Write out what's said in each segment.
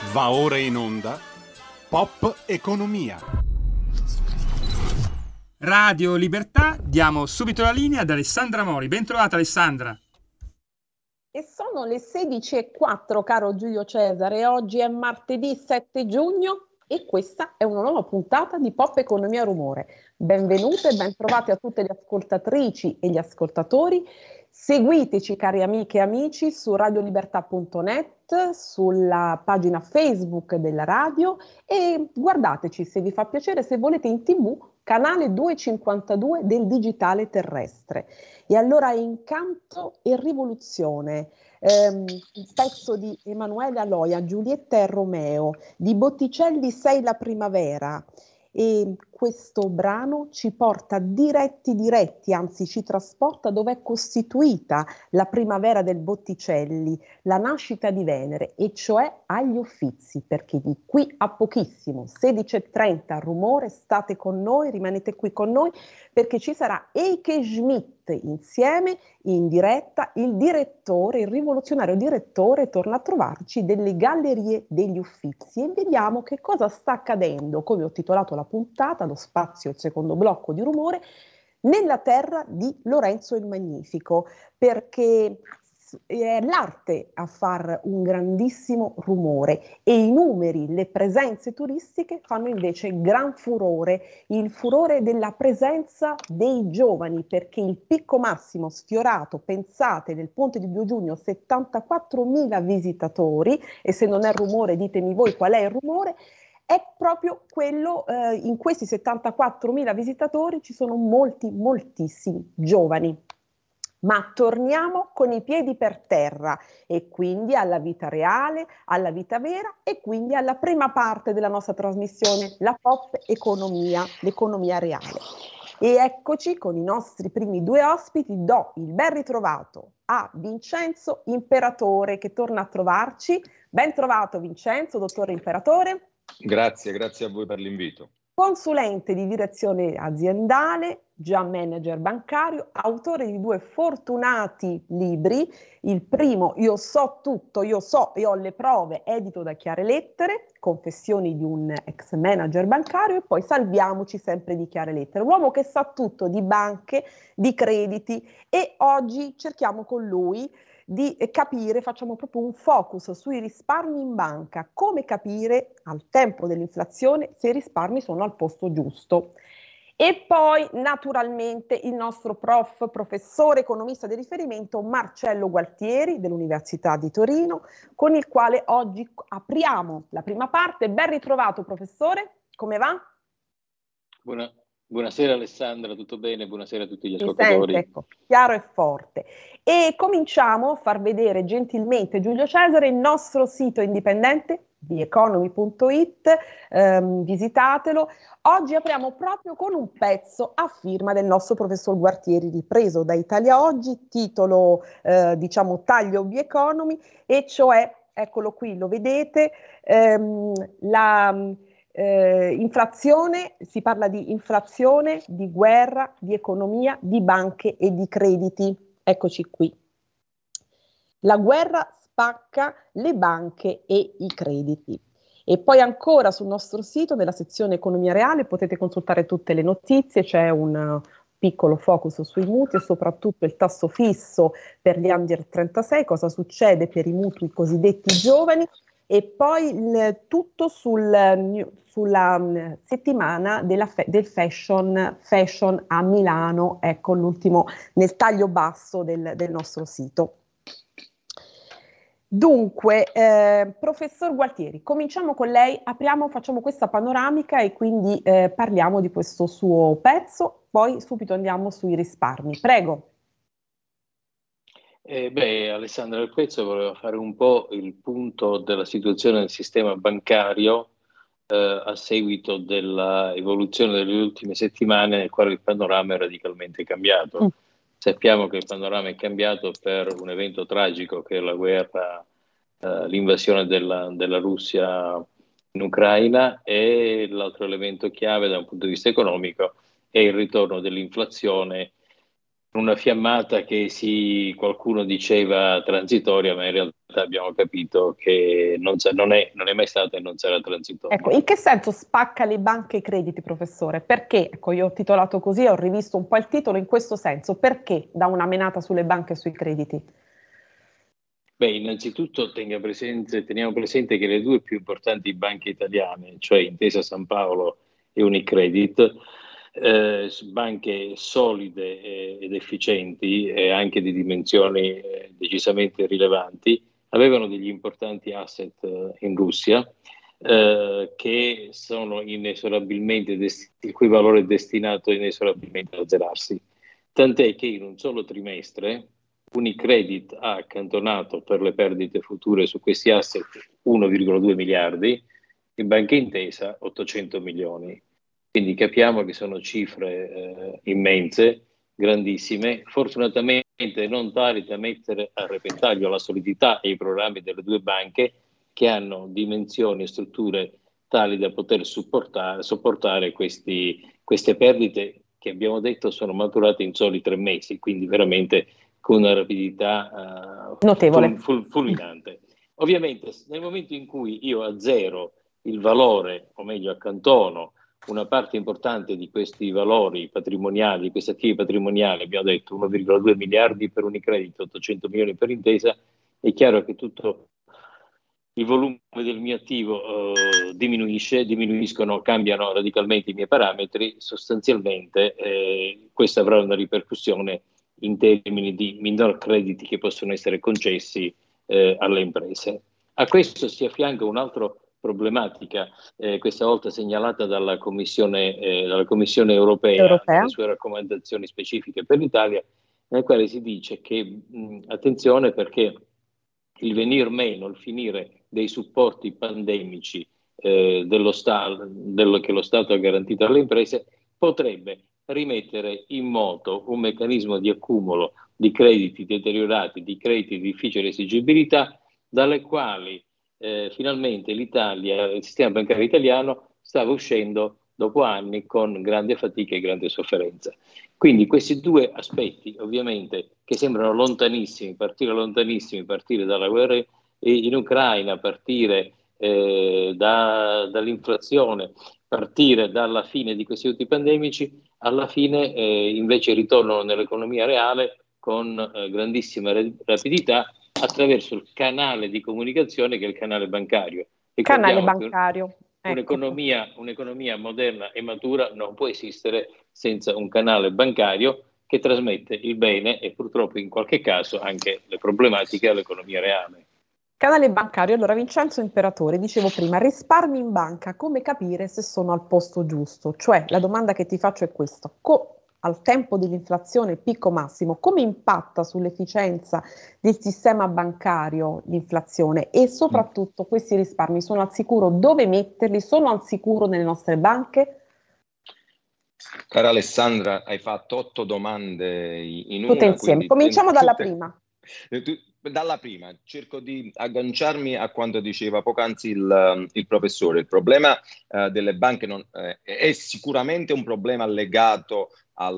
Va ora in onda Pop Economia. Radio Libertà, diamo subito la linea ad Alessandra Mori. Ben trovata Alessandra. E sono le 16:04, caro Giulio Cesare. Oggi è martedì 7 giugno e questa è una nuova puntata di Pop Economia Rumore. Benvenute e ben trovate a tutte le ascoltatrici e gli ascoltatori. Seguiteci, cari amiche e amici, su radiolibertà.net, sulla pagina Facebook della radio e guardateci, se vi fa piacere, se volete, in TV, canale 252 del digitale terrestre. E allora Incanto e Rivoluzione, il pezzo di Emanuele Aloia, Giulietta e Romeo, di Botticelli Sei la primavera. E questo brano ci porta diretti, anzi ci trasporta dove è costituita la primavera del Botticelli, la nascita di Venere, e cioè agli Uffizi, perché di qui a pochissimo, 16:30, rumore, state con noi, rimanete qui con noi, perché ci sarà Eike Schmidt insieme in diretta. Il direttore, il rivoluzionario direttore, torna a trovarci delle Gallerie degli Uffizi e vediamo che cosa sta accadendo, come ho titolato la puntata, lo spazio, il secondo blocco di rumore, nella terra di Lorenzo il Magnifico, perché è l'arte a far un grandissimo rumore e i numeri, le presenze turistiche fanno invece gran furore, il furore della presenza dei giovani, perché il picco massimo sfiorato, pensate, del Ponte di 2 giugno, 74.000 visitatori, e se non è rumore ditemi voi qual è il rumore, è proprio quello, in questi 74.000 visitatori ci sono moltissimi giovani. Ma torniamo con i piedi per terra e quindi alla vita reale, alla vita vera e quindi alla prima parte della nostra trasmissione, la pop economia, l'economia reale. E eccoci con i nostri primi due ospiti. Do il ben ritrovato a Vincenzo Imperatore che torna a trovarci. Ben trovato Vincenzo, dottore Imperatore. Grazie a voi per l'invito. Consulente di direzione aziendale, già manager bancario, autore di 2 fortunati libri. Il primo, Io so tutto, io so e ho le prove, edito da Chiare Lettere, confessioni di un ex manager bancario, e poi Salviamoci, sempre di Chiare Lettere. Un uomo che sa tutto di banche, di crediti, e oggi cerchiamo con lui di capire, facciamo proprio un focus sui risparmi in banca, come capire al tempo dell'inflazione se i risparmi sono al posto giusto. E poi naturalmente il nostro professore economista di riferimento Marcello Gualtieri dell'Università di Torino, con il quale oggi apriamo la prima parte. Ben ritrovato professore, come va? Buonasera Alessandra, tutto bene? Buonasera a tutti gli ascoltatori. Sente, ecco, chiaro e forte. E cominciamo a far vedere gentilmente, Giulio Cesare, il nostro sito indipendente, theeconomy.it, visitatelo. Oggi apriamo proprio con un pezzo a firma del nostro professor Gualtieri, ripreso da Italia Oggi, titolo taglio The Economy, e cioè, eccolo qui, lo vedete, inflazione, si parla di inflazione, di guerra, di economia, di banche e di crediti. Eccoci qui. La guerra spacca le banche e i crediti. E poi ancora sul nostro sito, nella sezione Economia Reale, potete consultare tutte le notizie, c'è un piccolo focus sui mutui e soprattutto il tasso fisso per gli under 36, cosa succede per i mutui cosiddetti giovani, e poi tutto sulla settimana del fashion a Milano, ecco l'ultimo nel taglio basso del nostro sito. Dunque, professor Gualtieri, cominciamo con lei, facciamo questa panoramica e quindi parliamo di questo suo pezzo, poi subito andiamo sui risparmi. Prego. Alessandra, il pezzo voleva fare un po' il punto della situazione del sistema bancario a seguito dell'evoluzione delle ultime settimane, nel quale il panorama è radicalmente cambiato. Sappiamo che il panorama è cambiato per un evento tragico che è la guerra, l'invasione della Russia in Ucraina, e l'altro elemento chiave da un punto di vista economico è il ritorno dell'inflazione, una fiammata che qualcuno diceva transitoria, ma in realtà abbiamo capito che non è mai stata e non sarà transitoria. Ecco, in che senso spacca le banche e i crediti, professore? Perché? Ecco, io ho titolato così, ho rivisto un po' il titolo in questo senso. Perché dà una menata sulle banche e sui crediti? Beh, innanzitutto teniamo presente che le due più importanti banche italiane, cioè Intesa Sanpaolo e Unicredit, banche solide ed efficienti e anche di dimensioni decisamente rilevanti, avevano degli importanti asset in Russia che sono inesorabilmente il cui valore è destinato inesorabilmente a azzerarsi. Tant'è che in un solo trimestre Unicredit ha accantonato per le perdite future su questi asset 1,2 miliardi, in Banca Intesa 800 milioni. Quindi capiamo che sono cifre immense, grandissime, fortunatamente non tali da mettere a repentaglio la solidità e i programmi delle due banche che hanno dimensioni e strutture tali da poter sopportare queste perdite che abbiamo detto sono maturate in soli 3 mesi, quindi veramente con una rapidità notevole, fulminante. Ovviamente nel momento in cui io azzero il valore, o meglio accantono una parte importante di questi valori patrimoniali, di questi attivi patrimoniali, abbiamo detto 1,2 miliardi per Unicredit, 800 milioni per Intesa, è chiaro che tutto il volume del mio attivo diminuiscono, cambiano radicalmente i miei parametri, sostanzialmente questo avrà una ripercussione in termini di minor crediti che possono essere concessi alle imprese. A questo si affianca un'altra problematica, questa volta segnalata dalla Commissione europea nelle sue raccomandazioni specifiche per l'Italia, nel quale si dice che attenzione perché il venir meno, il finire dei supporti pandemici che lo Stato ha garantito alle imprese potrebbe rimettere in moto un meccanismo di accumulo di crediti deteriorati, di crediti di difficile esigibilità, dalle quali finalmente l'Italia, il sistema bancario italiano, stava uscendo dopo anni con grande fatica e grande sofferenza. Quindi questi due aspetti, ovviamente, che sembrano lontanissimi, partire dalla guerra in Ucraina, partire dall'inflazione, partire dalla fine di questi aiuti pandemici, alla fine invece ritornano nell'economia reale con grandissima rapidità attraverso il canale di comunicazione che è il canale bancario. Canale bancario. Un'economia moderna e matura non può esistere senza un canale bancario che trasmette il bene e purtroppo in qualche caso anche le problematiche all'economia reale. Canale bancario. Allora, Vincenzo Imperatore, dicevo prima, risparmi in banca, come capire se sono al posto giusto? Cioè, la domanda che ti faccio è questa: al tempo dell'inflazione picco massimo, come impatta sull'efficienza del sistema bancario l'inflazione? E soprattutto questi risparmi sono al sicuro? Dove metterli? Sono al sicuro nelle nostre banche? Cara Alessandra, hai fatto 8 domande in tutte una. Insieme. Cominciamo dalla prima. Dalla prima, cerco di agganciarmi a quanto diceva poc'anzi il professore. Il problema delle banche è sicuramente un problema legato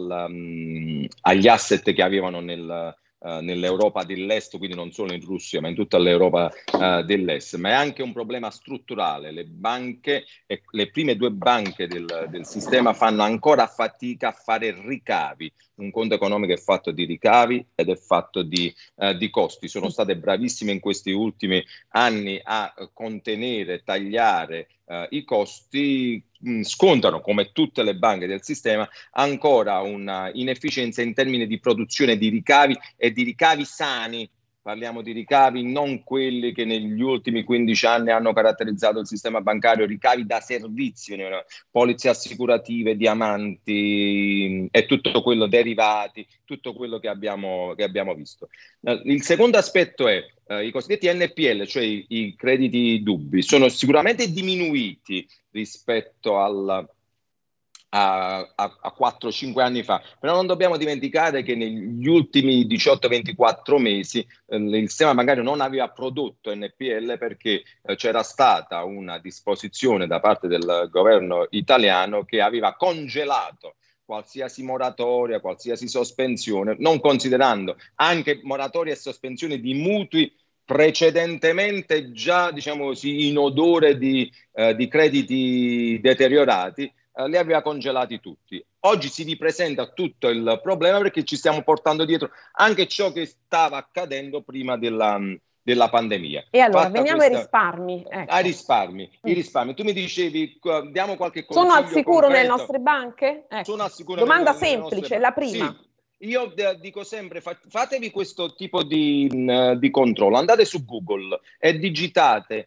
agli asset che avevano nell'Europa dell'Est, quindi non solo in Russia, ma in tutta l'Europa dell'Est, ma è anche un problema strutturale. Le banche, le prime 2 banche del sistema fanno ancora fatica a fare ricavi. Un conto economico è fatto di ricavi ed è fatto di costi. Sono state bravissime in questi ultimi anni a contenere, tagliare i costi, scontano, come tutte le banche del sistema, ancora una inefficienza in termini di produzione di ricavi e di ricavi sani. Parliamo di ricavi non quelli che negli ultimi 15 anni hanno caratterizzato il sistema bancario, ricavi da servizio, polizze assicurative, diamanti e tutto quello, derivati, tutto quello che abbiamo visto. Il secondo aspetto è i cosiddetti NPL, cioè i crediti dubbi, sono sicuramente diminuiti rispetto a 4-5 anni fa, però non dobbiamo dimenticare che negli ultimi 18-24 mesi il sistema bancario non aveva prodotto NPL perché c'era stata una disposizione da parte del governo italiano che aveva congelato qualsiasi moratoria, qualsiasi sospensione, non considerando anche moratoria e sospensione di mutui precedentemente già, diciamo così, in odore di crediti deteriorati, li aveva congelati tutti. Oggi si ripresenta tutto il problema perché ci stiamo portando dietro anche ciò che stava accadendo prima della pandemia. E allora veniamo ai risparmi. Ecco. Ai risparmi. I risparmi. Tu mi dicevi, diamo qualche consiglio. Sono al sicuro concreto. nelle nostre banche? Ecco. Sono al sicuro Domanda nelle semplice, la prima. Sì. Io dico sempre, fatevi questo tipo di controllo. Andate su Google e digitate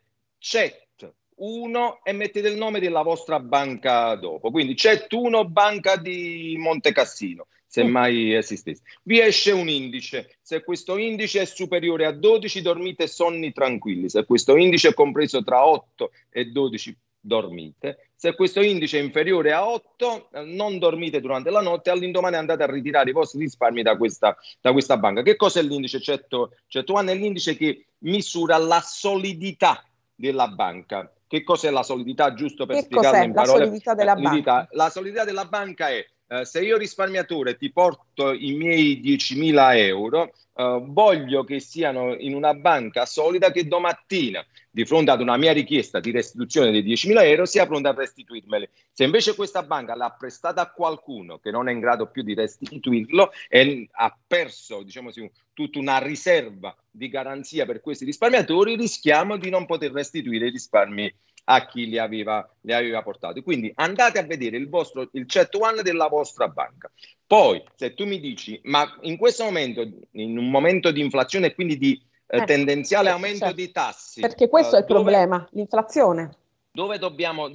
CET1 e mettete il nome della vostra banca dopo. Quindi CET1 Banca di Montecassino, se mai esistesse. Vi esce un indice. Se questo indice è superiore a 12, dormite sonni tranquilli. Se questo indice è compreso tra 8 e 12, dormite. Se questo indice è inferiore a 8, non dormite durante la notte, all'indomani andate a ritirare i vostri risparmi da questa banca. Che cos'è l'indice CET1? È l'indice che misura la solidità della banca. Che cos'è la solidità? Giusto per spiegarla in parole. La solidità della banca? La solidità della banca è se io risparmiatore ti porto i miei 10.000 euro, voglio che siano in una banca solida che domattina, di fronte ad una mia richiesta di restituzione dei 10.000 euro, sia pronta a restituirmeli. Se invece questa banca l'ha prestata a qualcuno che non è in grado più di restituirlo e ha perso, diciamo così, tutta una riserva di garanzia per questi risparmiatori, rischiamo di non poter restituire i risparmi a chi li aveva portati. Quindi andate a vedere il CET1 della vostra banca. Poi, se tu mi dici, ma in questo momento, in un momento di inflazione e quindi di tendenziale aumento di tassi, perché questo è il problema, l'inflazione. Dove dobbiamo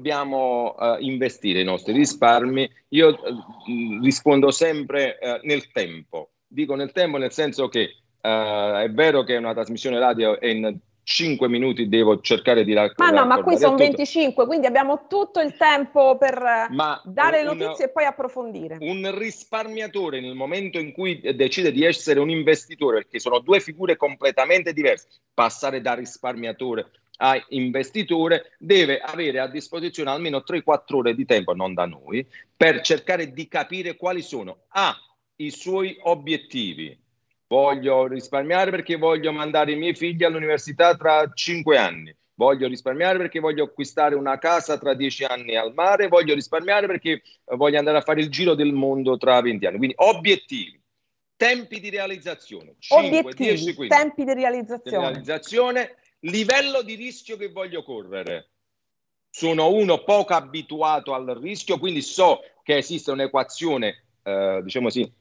investire i nostri risparmi? Io rispondo sempre nel tempo. Dico nel tempo nel senso che è vero che è una trasmissione radio e in 5 minuti devo cercare di raccontare. Ma qui sono 25, quindi abbiamo tutto il tempo per dare notizie e poi approfondire. Un risparmiatore, nel momento in cui decide di essere un investitore, perché sono due figure completamente diverse, passare da risparmiatore a investitore, deve avere a disposizione almeno 3-4 ore di tempo, non da noi, per cercare di capire quali sono i suoi obiettivi. Voglio risparmiare perché voglio mandare i miei figli all'università tra 5 anni. Voglio risparmiare perché voglio acquistare una casa tra 10 anni al mare. Voglio risparmiare perché voglio andare a fare il giro del mondo tra 20 anni. Quindi obiettivi, tempi di realizzazione. 5, 10, 15. Tempi di realizzazione. Livello di rischio che voglio correre. Sono uno poco abituato al rischio, quindi so che esiste un'equazione, diciamo così,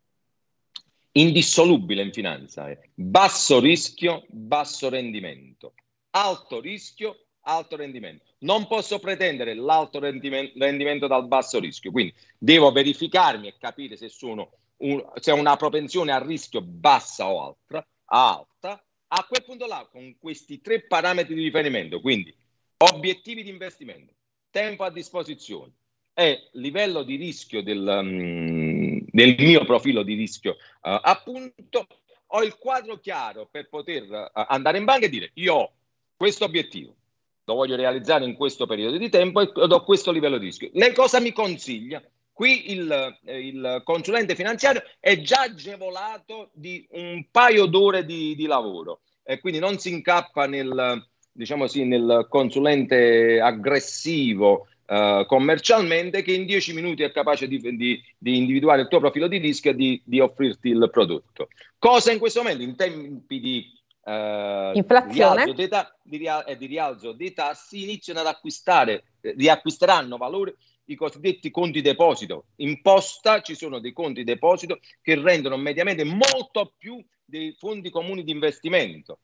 indissolubile in finanza, basso rischio, basso rendimento, alto rischio, alto rendimento. Non posso pretendere l'alto rendimento dal basso rischio, quindi devo verificarmi e capire se ho una propensione a rischio bassa o alta. A quel punto là, con questi 3 parametri di riferimento, quindi obiettivi di investimento, tempo a disposizione e livello di rischio del mio profilo di rischio, appunto, ho il quadro chiaro per poter andare in banca e dire: io ho questo obiettivo, lo voglio realizzare in questo periodo di tempo e ho questo livello di rischio. Lei cosa mi consiglia? Qui il consulente finanziario è già agevolato di un paio d'ore di lavoro e quindi non si incappa nel consulente aggressivo commercialmente, che in 10 minuti è capace di individuare il tuo profilo di rischio e di offrirti il prodotto. Cosa in questo momento, in tempi di inflazione di rialzo dei tassi, iniziano ad riacquisteranno valore i cosiddetti conti deposito. In Posta ci sono dei conti deposito che rendono mediamente molto più dei fondi comuni di investimento.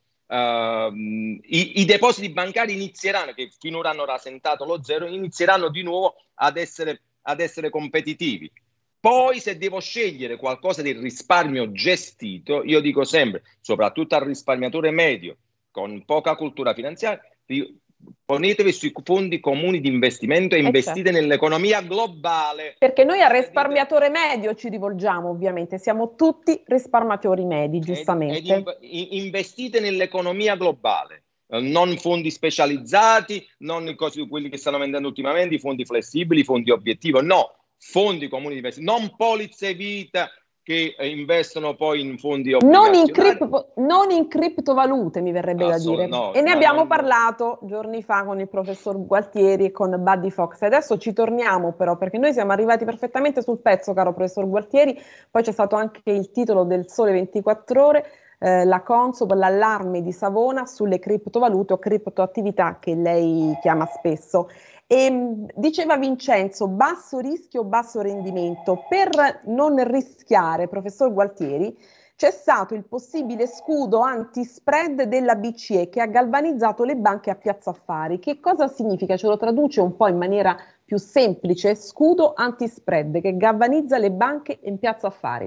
I depositi bancari inizieranno, che finora hanno rasentato lo zero, inizieranno di nuovo ad essere competitivi. Poi, se devo scegliere qualcosa del risparmio gestito, io dico sempre, soprattutto al risparmiatore medio con poca cultura finanziaria, ponetevi sui fondi comuni di investimento e investite nell'economia globale. Perché noi al risparmiatore medio ci rivolgiamo, ovviamente, siamo tutti risparmiatori medi, giustamente. Investite nell'economia globale, non fondi specializzati, non quelli che stanno vendendo ultimamente, i fondi flessibili, i fondi obiettivo, no, fondi comuni di investimento, non polizze vita che investono poi in fondi obbligazionari. Non in criptovalute, mi verrebbe da dire. No, e ne abbiamo parlato giorni fa con il professor Gualtieri e con Buddy Fox. Adesso ci torniamo però, perché noi siamo arrivati perfettamente sul pezzo, caro professor Gualtieri. Poi c'è stato anche il titolo del Sole 24 Ore, la Consob, l'allarme di Savona sulle criptovalute o criptoattività che lei chiama spesso. E diceva Vincenzo, basso rischio, basso rendimento. Per non rischiare, professor Gualtieri, c'è stato il possibile scudo anti-spread della BCE che ha galvanizzato le banche a Piazza Affari. Che cosa significa? Ce lo traduce un po' in maniera più semplice? Scudo anti-spread che galvanizza le banche in Piazza Affari.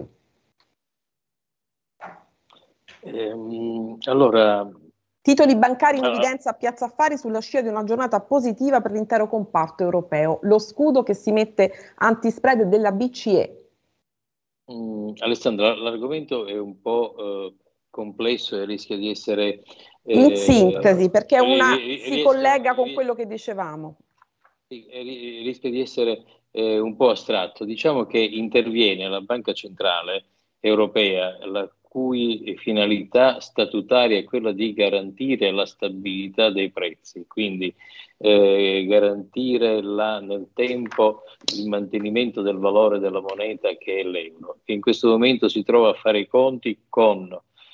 Allora... Titoli bancari in evidenza a Piazza Affari sulla scia di una giornata positiva per l'intero comparto europeo. Lo scudo che si mette anti-spread della BCE. Alessandra, l'argomento è un po' complesso e rischia di essere... in sintesi, perché si collega con quello che dicevamo. Rischia di essere un po' astratto. Diciamo che interviene la Banca Centrale Europea, la cui finalità statutaria è quella di garantire la stabilità dei prezzi, quindi garantire nel tempo il mantenimento del valore della moneta che è l'euro, che in questo momento si trova a fare i conti con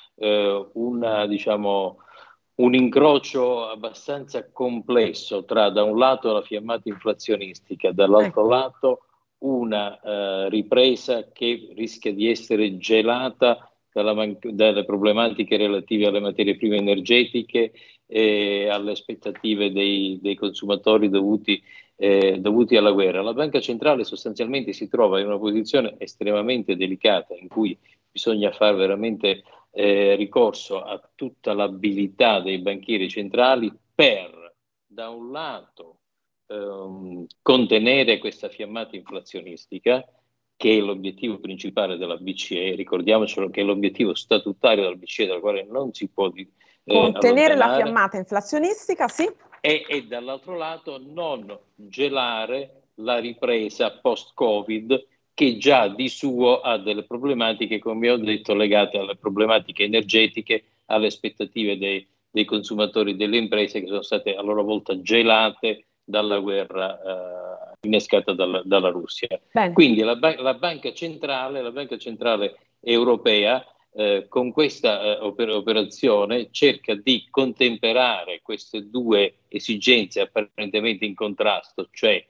un incrocio abbastanza complesso tra da un lato la fiammata inflazionistica, dall'altro lato una ripresa che rischia di essere gelata dalle problematiche relative alle materie prime energetiche e alle aspettative dei consumatori dovuti alla guerra. La Banca Centrale sostanzialmente si trova in una posizione estremamente delicata in cui bisogna fare veramente ricorso a tutta l'abilità dei banchieri centrali per, da un lato, contenere questa fiammata inflazionistica, che è l'obiettivo principale della BCE. Ricordiamocelo che è l'obiettivo statutario della BCE, dal quale non si può contenere la fiammata inflazionistica, sì. E dall'altro lato non gelare la ripresa post-Covid, che già di suo ha delle problematiche, come ho detto, legate alle problematiche energetiche, alle aspettative dei consumatori e delle imprese, che sono state a loro volta gelate dalla guerra innescata dalla Russia. Bene. Quindi la Banca Centrale Europea con questa operazione cerca di contemperare queste due esigenze apparentemente in contrasto, cioè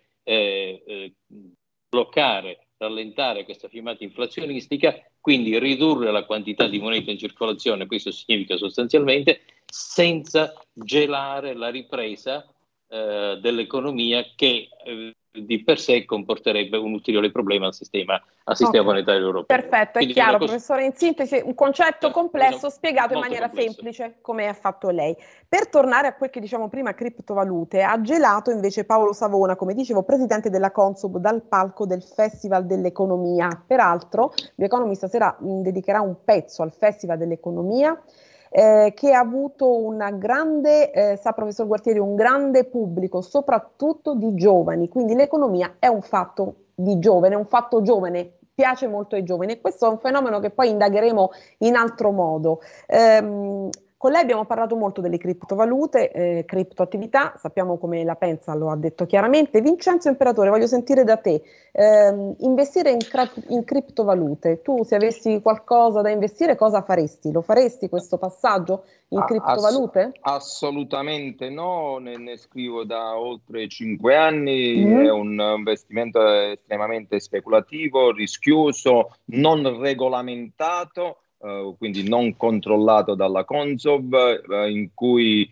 bloccare, rallentare questa fiammata inflazionistica, quindi ridurre la quantità di moneta in circolazione, questo significa sostanzialmente senza gelare la ripresa dell'economia che di per sé comporterebbe un ulteriore problema al sistema monetario europeo. Perfetto, quindi è chiaro, professore, in sintesi un concetto complesso spiegato in maniera semplice, come ha fatto lei. Per tornare a quel che diciamo prima, criptovalute, ha gelato invece Paolo Savona, come dicevo, presidente della Consob, dal palco del Festival dell'Economia. Peraltro, The Economist stasera dedicherà un pezzo al Festival dell'Economia, che ha avuto una grande, sa professor Gualtieri, un grande pubblico, soprattutto di giovani, quindi l'economia è un fatto di giovane, un fatto giovane, piace molto ai giovani e questo è un fenomeno che poi indagheremo in altro modo. Con lei abbiamo parlato molto delle criptovalute, criptoattività, sappiamo come la pensa, lo ha detto chiaramente. Vincenzo Imperatore, voglio sentire da te, investire in criptovalute, tu se avessi qualcosa da investire cosa faresti? Lo faresti questo passaggio in criptovalute? Assolutamente no, ne scrivo da oltre 5 anni, è un investimento estremamente speculativo, rischioso, non regolamentato, quindi non controllato dalla Consob, in cui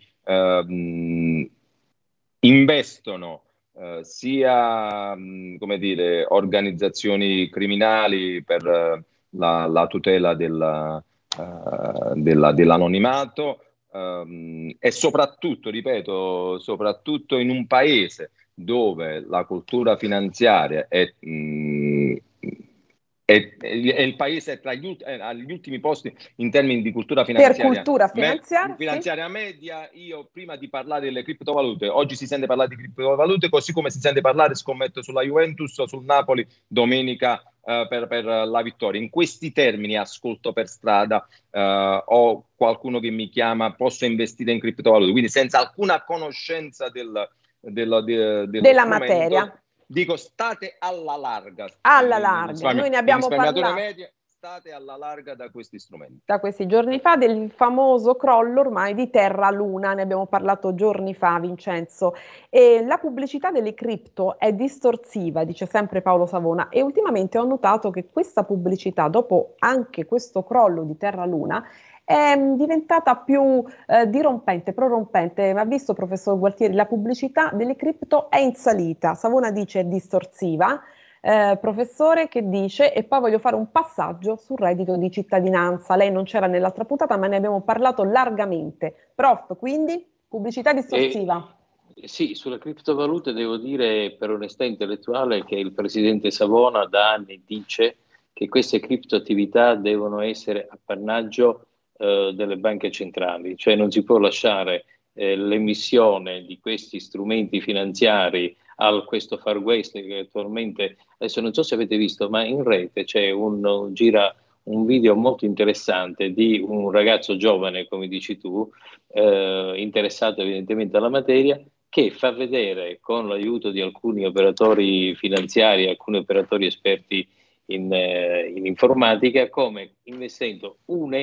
investono sia come dire, organizzazioni criminali per la tutela dell'anonimato e soprattutto, ripeto, soprattutto in un paese dove la cultura finanziaria è il paese tra agli ultimi posti in termini di cultura finanziaria. Per cultura finanziaria media, io prima di parlare delle criptovalute, oggi si sente parlare di criptovalute, così come si sente parlare, scommetto, sulla Juventus o sul Napoli domenica per la vittoria. In questi termini ascolto per strada o qualcuno che mi chiama, posso investire in criptovalute, quindi senza alcuna conoscenza della materia. Dico, state alla larga. Alla larga, noi ne abbiamo parlato. Medio, state alla larga da questi strumenti. Da questi giorni fa del famoso crollo ormai di Terra Luna, ne abbiamo parlato giorni fa, Vincenzo. E la pubblicità delle cripto è distorsiva, dice sempre Paolo Savona, e ultimamente ho notato che questa pubblicità, dopo anche questo crollo di Terra Luna, è diventata più dirompente, prorompente. Ha visto, professor Gualtieri, la pubblicità delle cripto è in salita. Savona dice è distorsiva. Professore, che dice? E poi voglio fare un passaggio sul reddito di cittadinanza. Lei non c'era nell'altra puntata, ma ne abbiamo parlato largamente. Prof, quindi pubblicità distorsiva. Sì, sulle criptovalute devo dire per onestà intellettuale che il presidente Savona da anni dice che queste criptoattività devono essere appannaggio delle banche centrali, cioè non si può lasciare l'emissione di questi strumenti finanziari a questo Far West che attualmente, adesso non so se avete visto, ma in rete gira un video molto interessante di un ragazzo giovane, come dici tu, interessato evidentemente alla materia, che fa vedere con l'aiuto di alcuni operatori finanziari, alcuni operatori esperti in informatica, come investendo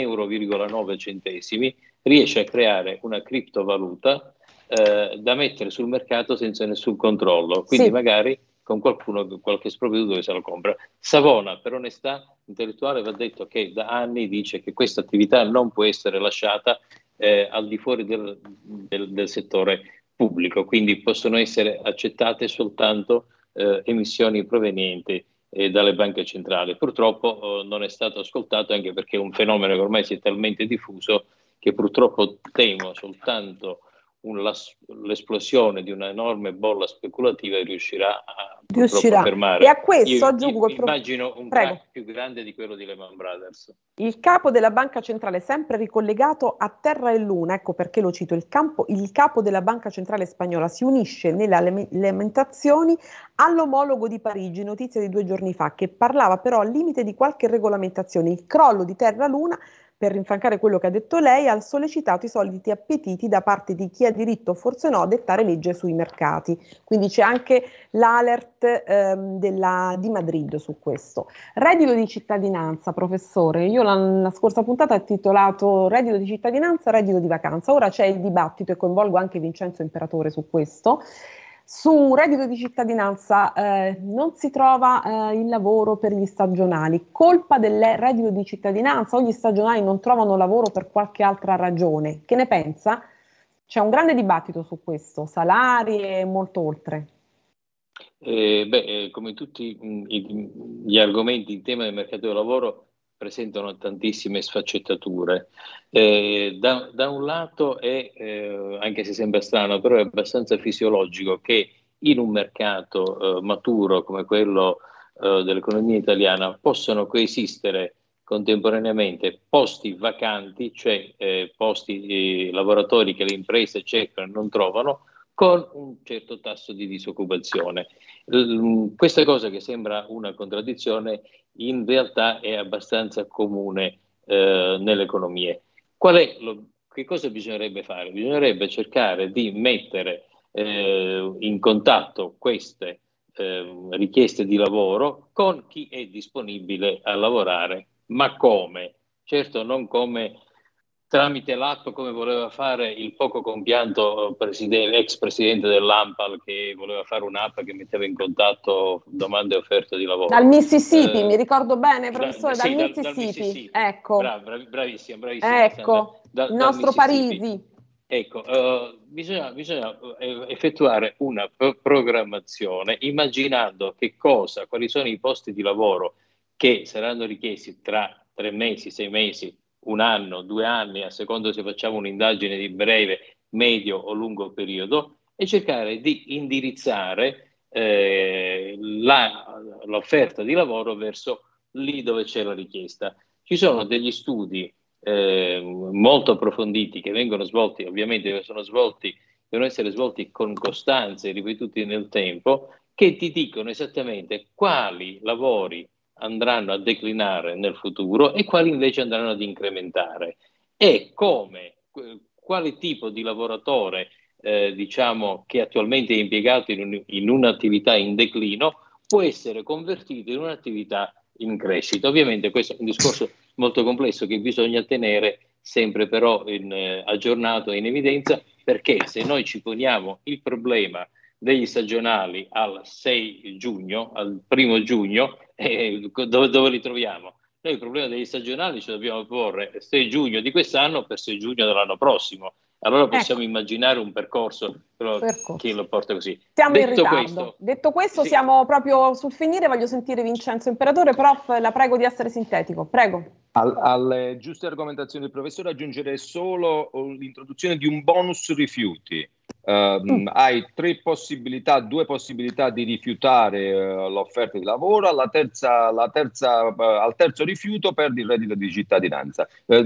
1,9 euro riesce a creare una criptovaluta da mettere sul mercato senza nessun controllo, quindi sì, magari con qualche sprovveduto che se lo compra. Savona, per onestà intellettuale, va detto che da anni dice che questa attività non può essere lasciata al di fuori del settore pubblico, quindi possono essere accettate soltanto emissioni provenienti dalle banche centrali. Purtroppo non è stato ascoltato, anche perché è un fenomeno che ormai si è talmente diffuso che purtroppo temo soltanto l'esplosione di una enorme bolla speculativa riuscirà a fermare. E a questo aggiungo immagino un crack più grande di quello di Lehman Brothers. Il capo della banca centrale, sempre ricollegato a Terra e Luna, ecco perché lo cito, il capo della banca centrale spagnola si unisce nelle lamentazioni all'omologo di Parigi, notizia di 2 giorni fa, che parlava però al limite di qualche regolamentazione. Il crollo di Terra Luna, per rinfrancare quello che ha detto lei, ha sollecitato i soliti appetiti da parte di chi ha diritto, forse no, a dettare legge sui mercati. Quindi c'è anche l'alert di Madrid su questo. Reddito di cittadinanza, professore, io la scorsa puntata ho titolato reddito di cittadinanza, reddito di vacanza. Ora c'è il dibattito e coinvolgo anche Vincenzo Imperatore su questo. Su reddito di cittadinanza non si trova il lavoro per gli stagionali, colpa del reddito di cittadinanza o gli stagionali non trovano lavoro per qualche altra ragione? Che ne pensa? C'è un grande dibattito su questo, salari e molto oltre. Come tutti gli argomenti in tema del mercato del lavoro presentano tantissime sfaccettature. Da un lato è, anche se sembra strano, però è abbastanza fisiologico che in un mercato maturo come quello dell'economia italiana possano coesistere contemporaneamente posti vacanti, cioè posti lavoratori che le imprese cercano e non trovano, con un certo tasso di disoccupazione. Questa cosa, che sembra una contraddizione, in realtà è abbastanza comune nelle economie. Che cosa bisognerebbe fare? Bisognerebbe cercare di mettere in contatto queste richieste di lavoro con chi è disponibile a lavorare, ma come? Certo, non come tramite l'app, come voleva fare il poco compianto ex presidente dell'ANPAL, che voleva fare un'app che metteva in contatto domande e offerte di lavoro. Dal Mississippi, mi ricordo bene, professore, dal Mississippi. Ecco. Bravissima. Ecco, il nostro Parisi. Ecco, bisogna effettuare una programmazione immaginando quali sono i posti di lavoro che saranno richiesti tra 3 mesi, 6 mesi, 1 anno, 2 anni, a seconda se facciamo un'indagine di breve, medio o lungo periodo, e cercare di indirizzare l'offerta di lavoro verso lì dove c'è la richiesta. Ci sono degli studi molto approfonditi che vengono svolti, ovviamente devono essere svolti con costanza e ripetuti nel tempo, che ti dicono esattamente quali lavori andranno a declinare nel futuro e quali invece andranno ad incrementare, e quale tipo di lavoratore diciamo che attualmente è impiegato in un'attività in declino può essere convertito in un'attività in crescita. Ovviamente questo è un discorso molto complesso che bisogna tenere sempre però aggiornato e in evidenza, perché se noi ci poniamo il problema degli stagionali al 6 giugno, al 1° giugno, dove li troviamo? Noi il problema degli stagionali ce lo dobbiamo porre 6 giugno di quest'anno per 6 giugno dell'anno prossimo. Allora possiamo immaginare un percorso che lo porta così. Siamo in ritardo. Detto questo, sì. Siamo proprio sul finire. Voglio sentire Vincenzo Imperatore. Prof, la prego di essere sintetico. Prego. Alle giuste argomentazioni del professore aggiungerei solo l'introduzione di un bonus rifiuti. Hai 2 possibilità di rifiutare l'offerta di lavoro, al terzo rifiuto perdi il reddito di cittadinanza.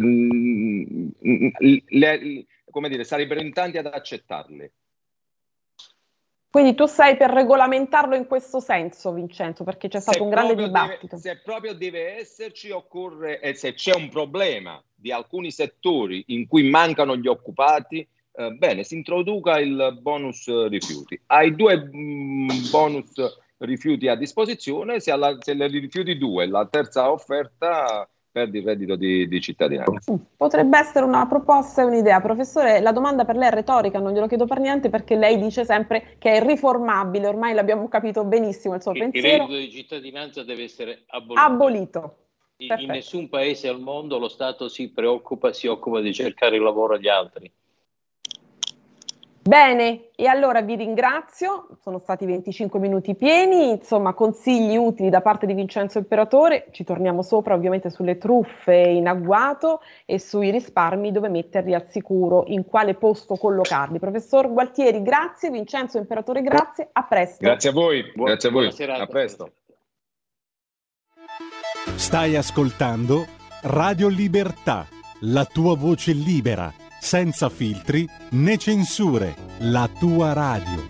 Come dire, sarebbero in tanti ad accettarli. Quindi tu sei per regolamentarlo in questo senso, Vincenzo, perché c'è stato un grande dibattito. Se proprio deve esserci, occorre, e se c'è un problema di alcuni settori in cui mancano gli occupati, bene, si introduca il bonus rifiuti. Hai 2 bonus rifiuti a disposizione, se ne rifiuti 2, la terza offerta perdi il reddito di cittadinanza. Potrebbe essere una proposta e un'idea. Professore, la domanda per lei è retorica, non glielo chiedo per niente, perché lei dice sempre che è riformabile, ormai l'abbiamo capito benissimo il suo pensiero. Il reddito di cittadinanza deve essere abolito. In nessun paese al mondo lo Stato si occupa di cercare il lavoro agli altri. Bene, e allora vi ringrazio, sono stati 25 minuti pieni, insomma consigli utili da parte di Vincenzo Imperatore, ci torniamo sopra ovviamente sulle truffe in agguato e sui risparmi, dove metterli al sicuro, in quale posto collocarli. Professor Gualtieri, grazie, Vincenzo Imperatore, grazie, a presto. Grazie a voi, a presto. Stai ascoltando Radio Libertà, la tua voce libera, senza filtri né censure, la tua radio.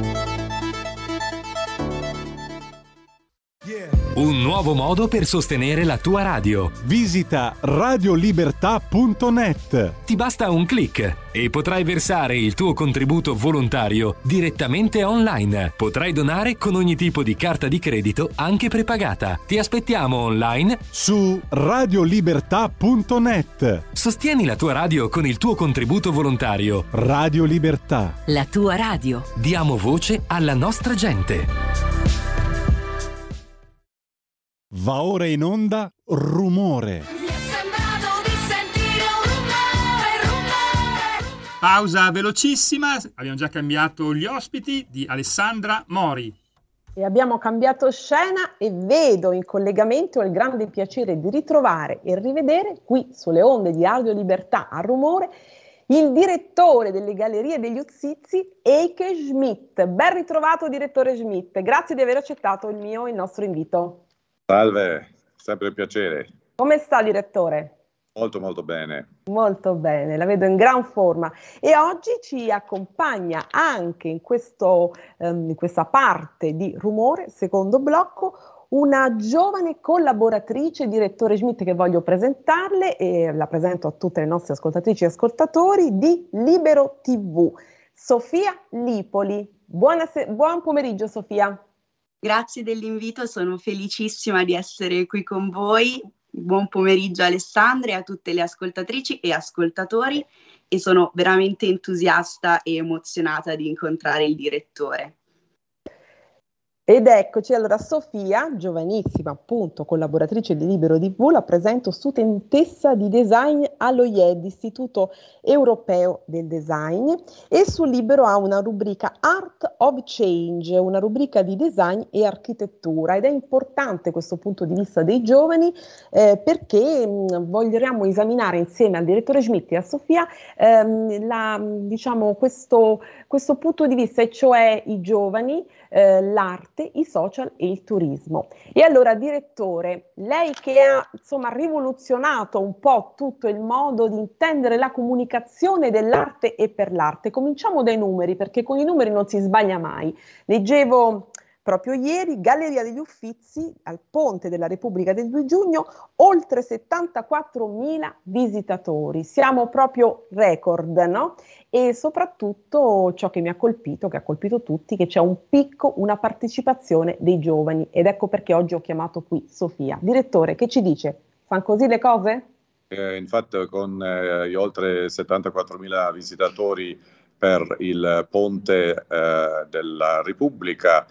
Un nuovo modo per sostenere la tua radio. Visita radiolibertà.net. Ti basta un click e potrai versare il tuo contributo volontario direttamente online. Potrai donare con ogni tipo di carta di credito, anche prepagata. Ti aspettiamo online su radiolibertà.net. Sostieni la tua radio con il tuo contributo volontario. Radio Libertà. La tua radio. Diamo voce alla nostra gente. Va ora in onda Rumore. Pausa velocissima, abbiamo già cambiato gli ospiti di Alessandra Mori. E abbiamo cambiato scena e vedo in collegamento il grande piacere di ritrovare e rivedere qui sulle onde di Radio Libertà a Rumore il direttore delle Gallerie degli Uffizi, Eike Schmidt. Ben ritrovato, direttore Schmidt, grazie di aver accettato il nostro invito. Salve, sempre un piacere. Come sta, direttore? Molto bene. Molto bene, la vedo in gran forma. E oggi ci accompagna anche in questa parte di Rumore, secondo blocco, una giovane collaboratrice, direttore Schmidt, che voglio presentarle e la presento a tutte le nostre ascoltatrici e ascoltatori di Libero TV, Sofia Lipoli. Buon pomeriggio, Sofia. Grazie dell'invito, sono felicissima di essere qui con voi. Buon pomeriggio Alessandra e a tutte le ascoltatrici e ascoltatori, e sono veramente entusiasta e emozionata di incontrare il direttore. Ed eccoci, allora Sofia, giovanissima appunto, collaboratrice di Libero TV, la presento studentessa di design all'OIED, Istituto Europeo del Design, e sul Libero ha una rubrica Art of Change, una rubrica di design e architettura, ed è importante questo punto di vista dei giovani perché vogliamo esaminare insieme al direttore Schmidt e a Sofia questo punto di vista, e cioè i giovani, l'arte, i social e il turismo. E allora, direttore, lei che ha rivoluzionato un po' tutto il modo di intendere la comunicazione dell'arte e per l'arte, cominciamo dai numeri, perché con i numeri non si sbaglia mai. Leggevo Proprio ieri, Galleria degli Uffizi, al Ponte della Repubblica del 2 giugno, oltre 74.000 visitatori. Siamo proprio record, no? E soprattutto ciò che mi ha colpito, che ha colpito tutti, che c'è un picco, una partecipazione dei giovani. Ed ecco perché oggi ho chiamato qui Sofia. Direttore, che ci dice? Fan così le cose? Infatti con gli oltre 74.000 visitatori per il Ponte della Repubblica,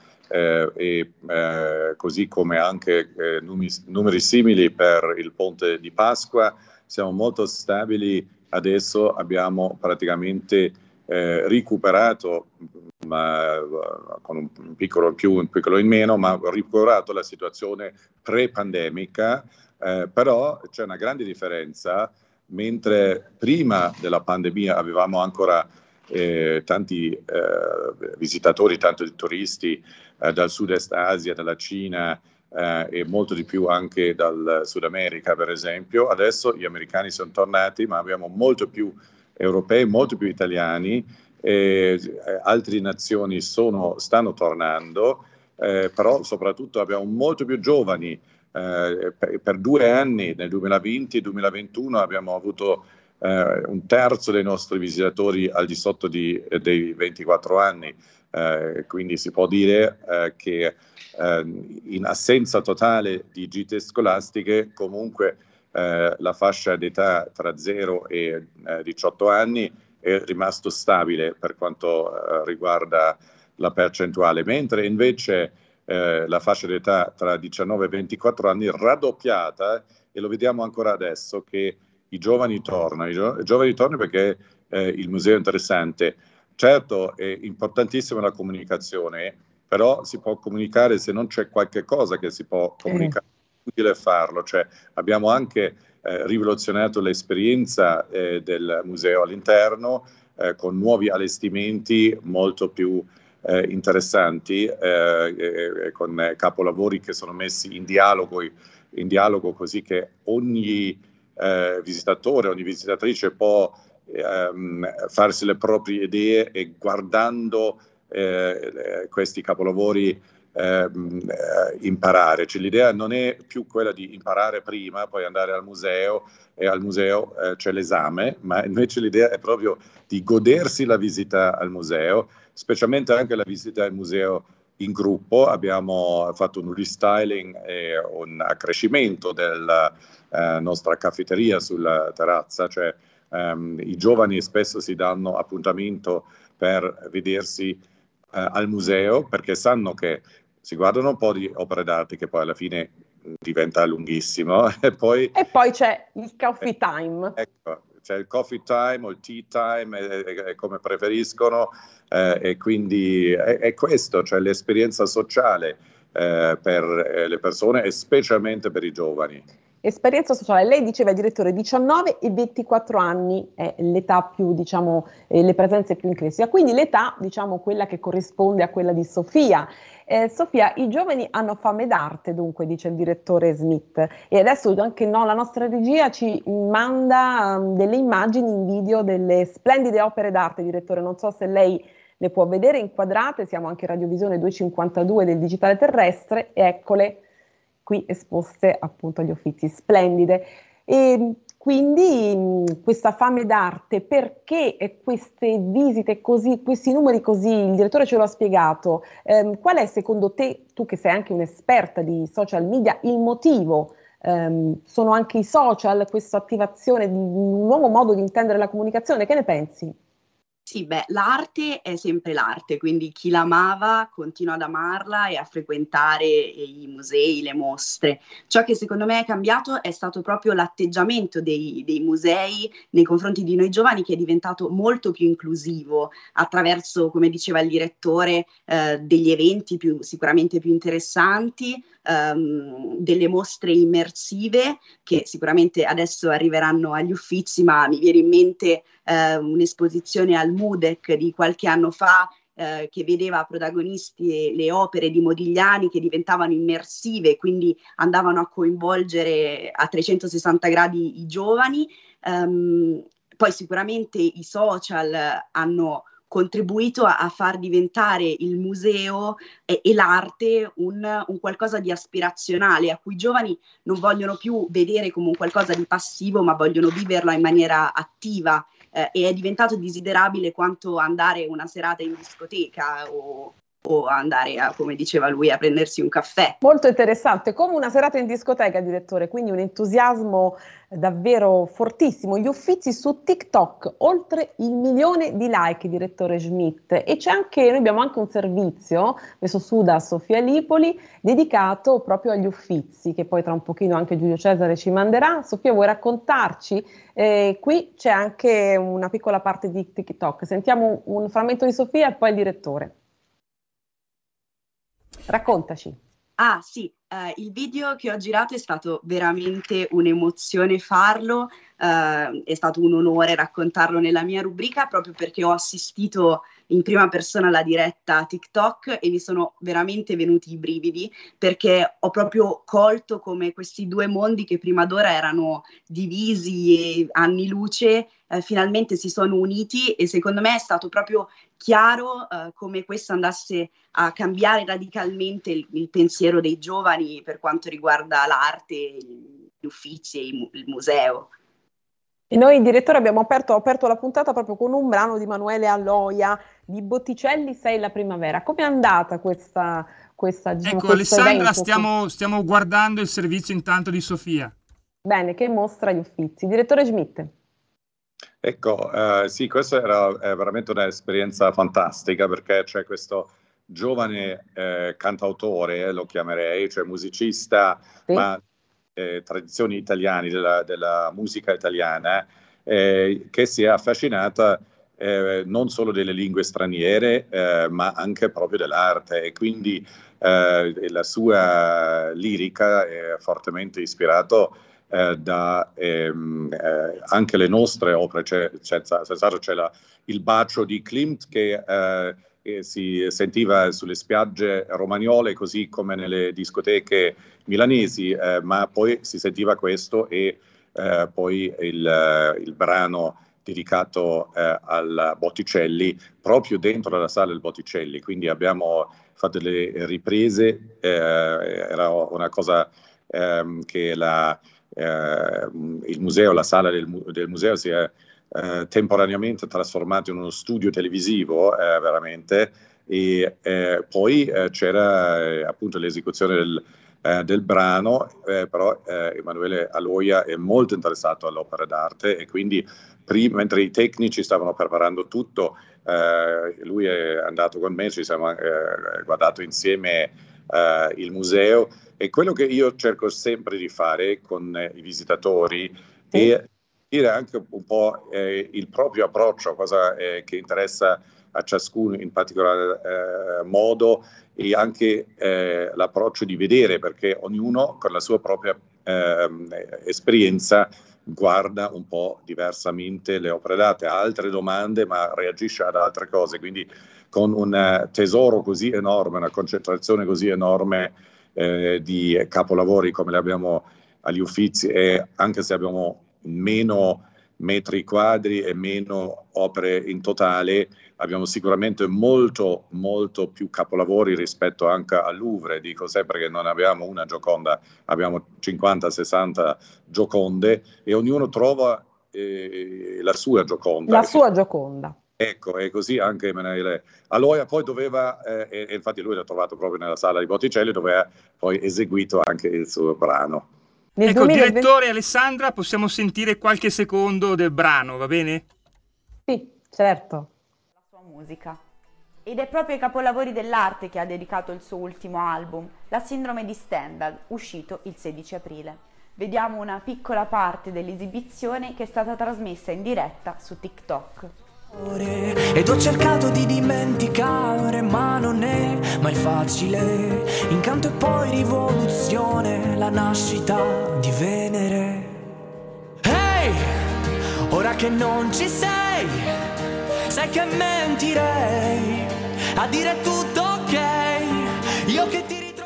così come anche numeri simili per il Ponte di Pasqua, siamo molto stabili. Adesso abbiamo praticamente recuperato, ma con un piccolo in più, un piccolo in meno, ma recuperato la situazione pre-pandemica, però c'è una grande differenza. Mentre prima della pandemia avevamo ancora tanti visitatori, tanti turisti dal Sud-Est Asia, dalla Cina e molto di più anche dal Sud America, per esempio. Adesso gli americani sono tornati, ma abbiamo molto più europei, molto più italiani, altre nazioni stanno tornando, però soprattutto abbiamo molto più giovani. Per 2 anni, nel 2020 e 2021, abbiamo avuto un terzo dei nostri visitatori al di sotto dei 24 anni, quindi si può dire che in assenza totale di gite scolastiche, comunque la fascia d'età tra 0 e 18 anni è rimasto stabile per quanto riguarda la percentuale, mentre invece la fascia d'età tra 19 e 24 anni è raddoppiata, e lo vediamo ancora adesso che i giovani tornano. I giovani tornano perché il museo è interessante. Certo, è importantissima la comunicazione, però si può comunicare se non c'è qualche cosa che si può comunicare. È utile farlo. Cioè, abbiamo anche rivoluzionato l'esperienza del museo all'interno con nuovi allestimenti molto più interessanti, con capolavori che sono messi in dialogo così che ogni visitatore, ogni visitatrice può farsi le proprie idee e guardando questi capolavori imparare. Cioè, l'idea non è più quella di imparare prima, poi andare al museo e al museo c'è l'esame, ma invece l'idea è proprio di godersi la visita al museo, specialmente anche la visita al museo in gruppo. Abbiamo fatto un restyling e un accrescimento della nostra caffetteria sulla terrazza, cioè i giovani spesso si danno appuntamento per vedersi al museo, perché sanno che si guardano un po' di opere d'arte che poi alla fine diventa lunghissimo e poi c'è il coffee time. Ecco, c'è il coffee time o il tea time, come preferiscono, e quindi è questo, cioè l'esperienza sociale per le persone e specialmente per i giovani. Esperienza sociale, lei diceva, direttore, 19 e 24 anni è l'età più, diciamo, le presenze più in crescita, quindi l'età, diciamo, quella che corrisponde a quella di Sofia. Sofia, i giovani hanno fame d'arte, dunque, dice il direttore Smith, e adesso anche la nostra regia ci manda delle immagini in video delle splendide opere d'arte, direttore, non so se lei le può vedere inquadrate, siamo anche Radiovisione 252 del digitale terrestre, e eccole qui esposte appunto agli Uffizi, splendide. E quindi questa fame d'arte, perché queste visite così, questi numeri così, il direttore ce lo ha spiegato, qual è secondo te, tu che sei anche un'esperta di social media, il motivo? Sono anche i social, questa attivazione di un nuovo modo di intendere la comunicazione, che ne pensi? Sì, beh, l'arte è sempre l'arte, quindi chi l'amava continua ad amarla e a frequentare i musei, le mostre. Ciò che secondo me è cambiato è stato proprio l'atteggiamento dei musei nei confronti di noi giovani, che è diventato molto più inclusivo attraverso, come diceva il direttore, degli eventi sicuramente più interessanti, delle mostre immersive che sicuramente adesso arriveranno agli Uffizi, ma mi viene in mente un'esposizione al MUDEC di qualche anno fa che vedeva protagonisti le opere di Modigliani che diventavano immersive, quindi andavano a coinvolgere a 360 gradi i giovani. Poi sicuramente i social hanno contribuito a far diventare il museo e l'arte un qualcosa di aspirazionale, a cui i giovani non vogliono più vedere come un qualcosa di passivo, ma vogliono viverla in maniera attiva, e è diventato desiderabile quanto andare una serata in discoteca o andare come diceva lui, a prendersi un caffè. Molto interessante, come una serata in discoteca, direttore, quindi un entusiasmo davvero fortissimo. Gli Uffizi su TikTok, oltre 1 milione di like, direttore Schmidt, e noi abbiamo anche un servizio messo su da Sofia Lipoli dedicato proprio agli Uffizi, che poi tra un pochino anche Giulio Cesare ci manderà. Sofia, vuoi raccontarci? Qui c'è anche una piccola parte di TikTok, sentiamo un frammento di Sofia e poi il direttore. Raccontaci. Ah sì, il video che ho girato è stato veramente un'emozione farlo, è stato un onore raccontarlo nella mia rubrica, proprio perché ho assistito in prima persona alla diretta TikTok e mi sono veramente venuti i brividi, perché ho proprio colto come questi due mondi che prima d'ora erano divisi e anni luce, finalmente si sono uniti, e secondo me è stato proprio chiaro come questo andasse a cambiare radicalmente il pensiero dei giovani per quanto riguarda l'arte, gli uffizi e il museo. E noi, direttore, abbiamo aperto la puntata proprio con un brano di Emanuele Aloia, di Botticelli, Sei la primavera. Com'è andata questa Ecco, Alessandra, stiamo guardando il servizio intanto di Sofia. Bene, che mostra gli Uffizi. Direttore Schmidt. Ecco, sì, questa era veramente un'esperienza fantastica, perché c'è questo giovane cantautore, lo chiamerei, cioè musicista, sì, ma tradizioni italiane, della musica italiana, che si è affascinata non solo delle lingue straniere, ma anche proprio dell'arte, e quindi la sua lirica è fortemente ispirato da anche le nostre opere. Senz'altro c'è il bacio di Klimt che si sentiva sulle spiagge romagnole, così come nelle discoteche milanesi, ma poi si sentiva questo, e poi il brano dedicato al Botticelli proprio dentro la sala del Botticelli. Quindi abbiamo fatto delle riprese, era una cosa che il museo, la sala del museo si è temporaneamente trasformato in uno studio televisivo, veramente, e poi c'era appunto l'esecuzione del brano, però Emanuele Aloia è molto interessato all'opera d'arte, e quindi mentre i tecnici stavano preparando tutto, lui è andato con me, ci siamo guardato insieme il museo, e quello che io cerco sempre di fare con i visitatori è dire anche un po' il proprio approccio, cosa che interessa a ciascuno in particolare modo, e anche l'approccio di vedere, perché ognuno con la sua propria esperienza guarda un po' diversamente le opere d'arte, ha altre domande ma reagisce ad altre cose, quindi con un tesoro così enorme, una concentrazione così enorme di capolavori come le abbiamo agli Uffizi, e anche se abbiamo meno metri quadri e meno opere in totale, abbiamo sicuramente molto più capolavori rispetto anche al Louvre. Dico sempre che non abbiamo una Gioconda, abbiamo 50-60 Gioconde, e ognuno trova la sua Gioconda. La sua Gioconda. Ecco, e così anche Emanuele Aloia poi doveva, e infatti lui l'ha trovato proprio nella sala di Botticelli, dove ha poi eseguito anche il suo brano. Ecco, direttore Alessandra, possiamo sentire qualche secondo del brano, va bene? Sì, certo. La sua musica. Ed è proprio ai capolavori dell'arte che ha dedicato il suo ultimo album, La sindrome di Stendhal, uscito il 16 aprile. Vediamo una piccola parte dell'esibizione che è stata trasmessa in diretta su TikTok. Ed ho cercato di dimenticare, ma non è mai facile. Incanto e poi rivoluzione, la nascita di Venere. Ehi, ora che non ci sei, sai che mentirei a dire tutto ok. Io che ti ritrovo.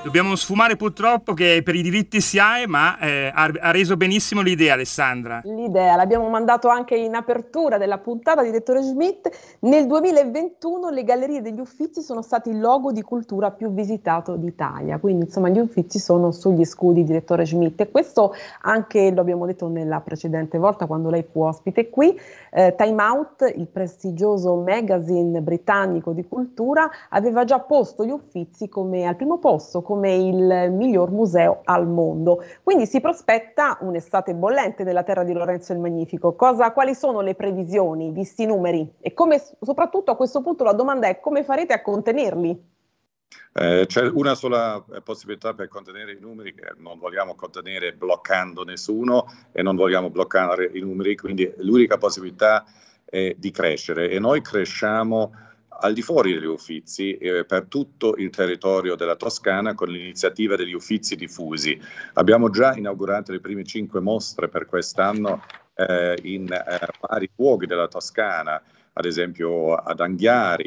Dobbiamo sfumare purtroppo che per i diritti SIAE, ma ha reso benissimo l'idea, Alessandra. L'idea l'abbiamo mandato anche in apertura della puntata, direttore Schmidt. Nel 2021 le Gallerie degli Uffizi sono stati il luogo di cultura più visitato d'Italia, quindi insomma gli Uffizi sono sugli scudi, direttore Schmidt, e questo anche lo abbiamo detto nella precedente volta quando lei fu ospite qui. Time Out, il prestigioso magazine britannico di cultura, aveva già posto gli Uffizi al primo posto come il miglior museo al mondo. Quindi si prospetta un'estate bollente nella terra di Lorenzo il Magnifico. Quali sono le previsioni, visti i numeri? E come, soprattutto a questo punto la domanda è: come farete a contenerli? C'è una sola possibilità per contenere i numeri, che non vogliamo contenere bloccando nessuno e non vogliamo bloccare i numeri, quindi l'unica possibilità è di crescere, e noi cresciamo al di fuori degli Uffizi, per tutto il territorio della Toscana, con l'iniziativa degli Uffizi diffusi. Abbiamo già inaugurato le prime 5 mostre per quest'anno in vari luoghi della Toscana, ad esempio ad Anghiari.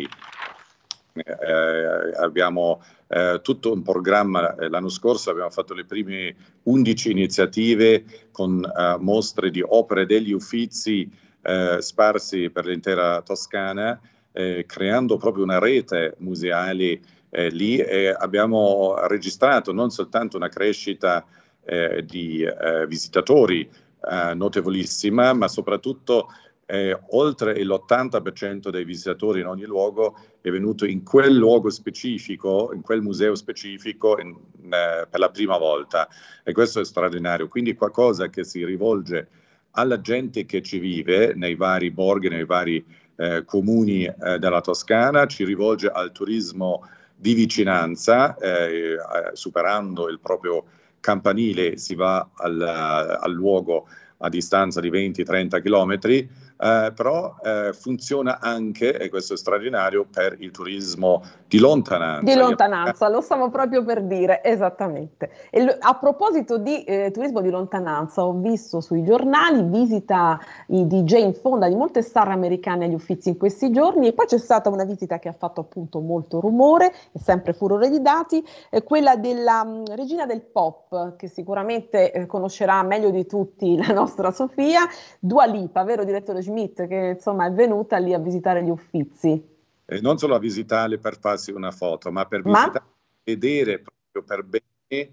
Abbiamo tutto un programma. L'anno scorso abbiamo fatto le prime 11 iniziative con mostre di opere degli Uffizi sparsi per l'intera Toscana, creando proprio una rete museale lì, e abbiamo registrato non soltanto una crescita di visitatori notevolissima, ma soprattutto oltre l'80% dei visitatori in ogni luogo è venuto in quel luogo specifico, in quel museo specifico per la prima volta, e questo è straordinario. Quindi qualcosa che si rivolge alla gente che ci vive nei vari borghi, nei vari comuni della Toscana, ci rivolge al turismo di superando il proprio campanile, si va al luogo a distanza di 20-30 chilometri, però funziona anche, e questo è straordinario, per il turismo di lontananza. Di lontananza, lo stavo proprio per dire, esattamente. E a proposito di turismo di lontananza, ho visto sui giornali visita di Jane Fonda, di molte star americane agli Uffizi in questi giorni, e poi c'è stata una visita che ha fatto appunto molto rumore, e sempre furore di dati, quella della regina del pop, che sicuramente conoscerà meglio di tutti la nostra Sofia, Dua Lipa, vero direttore Schmidt, che insomma è venuta lì a visitare gli Uffizi. Non solo a visitarli per farsi una foto, ma per visitare, vedere proprio per bene,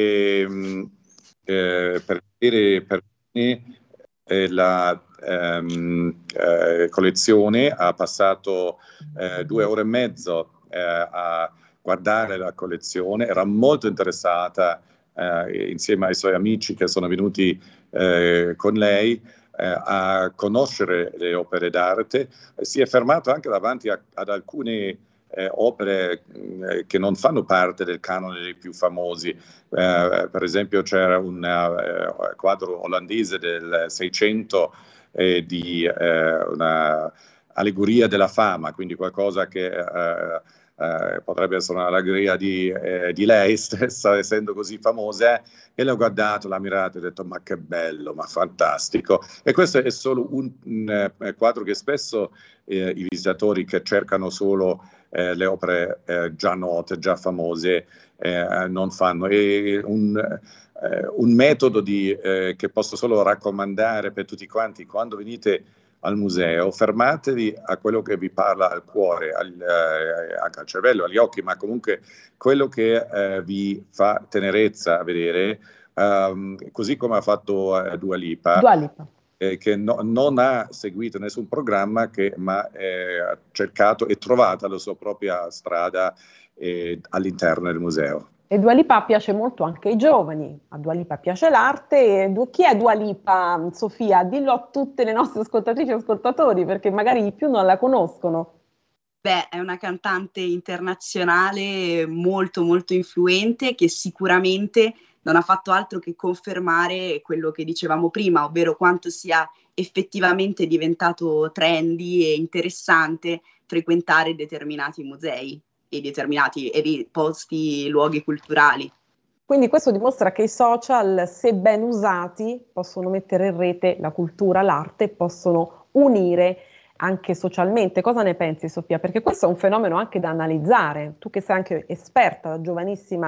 per vedere per bene la collezione. Ha passato 2 ore e mezzo a guardare la collezione, era molto interessata insieme ai suoi amici che sono venuti con lei a conoscere le opere d'arte. Si è fermato anche davanti ad alcune opere che non fanno parte del canone dei più famosi. Per esempio c'era un quadro olandese del 600 di una allegoria della fama, quindi qualcosa che potrebbe essere un'allegria di lei stessa, essendo così famosa, e l'ho guardato, l'ho ammirato e ho detto: ma che bello, ma fantastico. E questo è solo un quadro che spesso i visitatori che cercano solo le opere già note, già famose, non fanno. È un metodo che posso solo raccomandare per tutti quanti: quando venite al museo, fermatevi a quello che vi parla al cuore, anche al cervello, agli occhi, ma comunque quello che vi fa tenerezza a vedere, così come ha fatto Dua Lipa. Che non ha seguito nessun programma, ma ha cercato e trovato la sua propria strada all'interno del museo. E Dua Lipa piace molto anche ai giovani, a Dua Lipa piace l'arte. Chi è Dua Lipa, Sofia? Dillo a tutte le nostre ascoltatrici e ascoltatori, perché magari di più non la conoscono. Beh, è una cantante internazionale molto molto influente, che sicuramente non ha fatto altro che confermare quello che dicevamo prima, ovvero quanto sia effettivamente diventato trendy e interessante frequentare determinati musei e determinati posti, luoghi culturali. Quindi questo dimostra che i social, se ben usati, possono mettere in rete la cultura, l'arte, possono unire anche socialmente. Cosa ne pensi, Sofia? Perché questo è un fenomeno anche da analizzare. Tu che sei anche esperta, giovanissima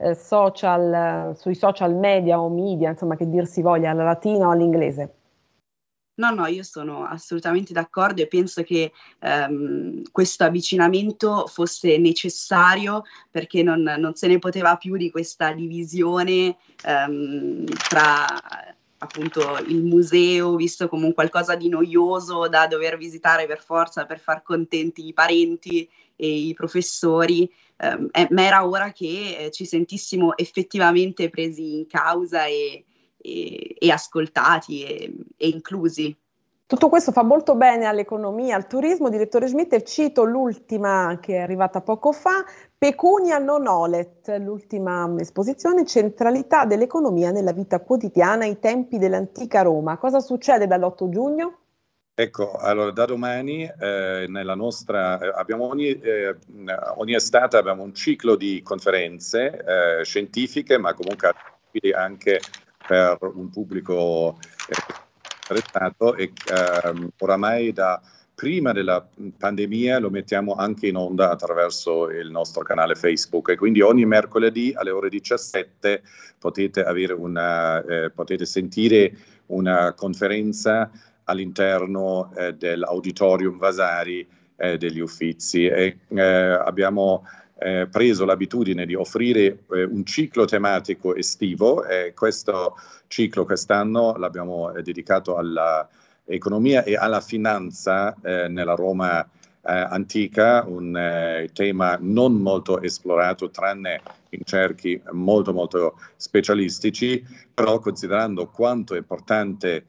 sui social media o media, insomma, che dir si voglia, alla latina o all'inglese. No, io sono assolutamente d'accordo e penso che questo avvicinamento fosse necessario, perché non se ne poteva più di questa divisione tra appunto il museo, visto come un qualcosa di noioso da dover visitare per forza per far contenti i parenti e i professori, ma era ora che ci sentissimo effettivamente presi in causa e ascoltati e inclusi. Tutto questo fa molto bene all'economia, al turismo. Direttore Schmidt, e cito l'ultima che è arrivata poco fa, Pecunia non olet, l'ultima esposizione, centralità dell'economia nella vita quotidiana ai tempi dell'antica Roma. Cosa succede dall'8 giugno? Ecco, allora da domani nella nostra abbiamo ogni estate abbiamo un ciclo di conferenze scientifiche, ma comunque anche per un pubblico interessato, e oramai da prima della pandemia lo mettiamo anche in onda attraverso il nostro canale Facebook, e quindi ogni mercoledì alle ore 17 potete potete sentire una conferenza all'interno dell'Auditorium Vasari degli Uffizi, e abbiamo preso l'abitudine di offrire un ciclo tematico estivo, e questo ciclo quest'anno l'abbiamo dedicato all'economia e alla finanza nella Roma antica, un tema non molto esplorato tranne in cerchi molto molto specialistici, però considerando quanto è importante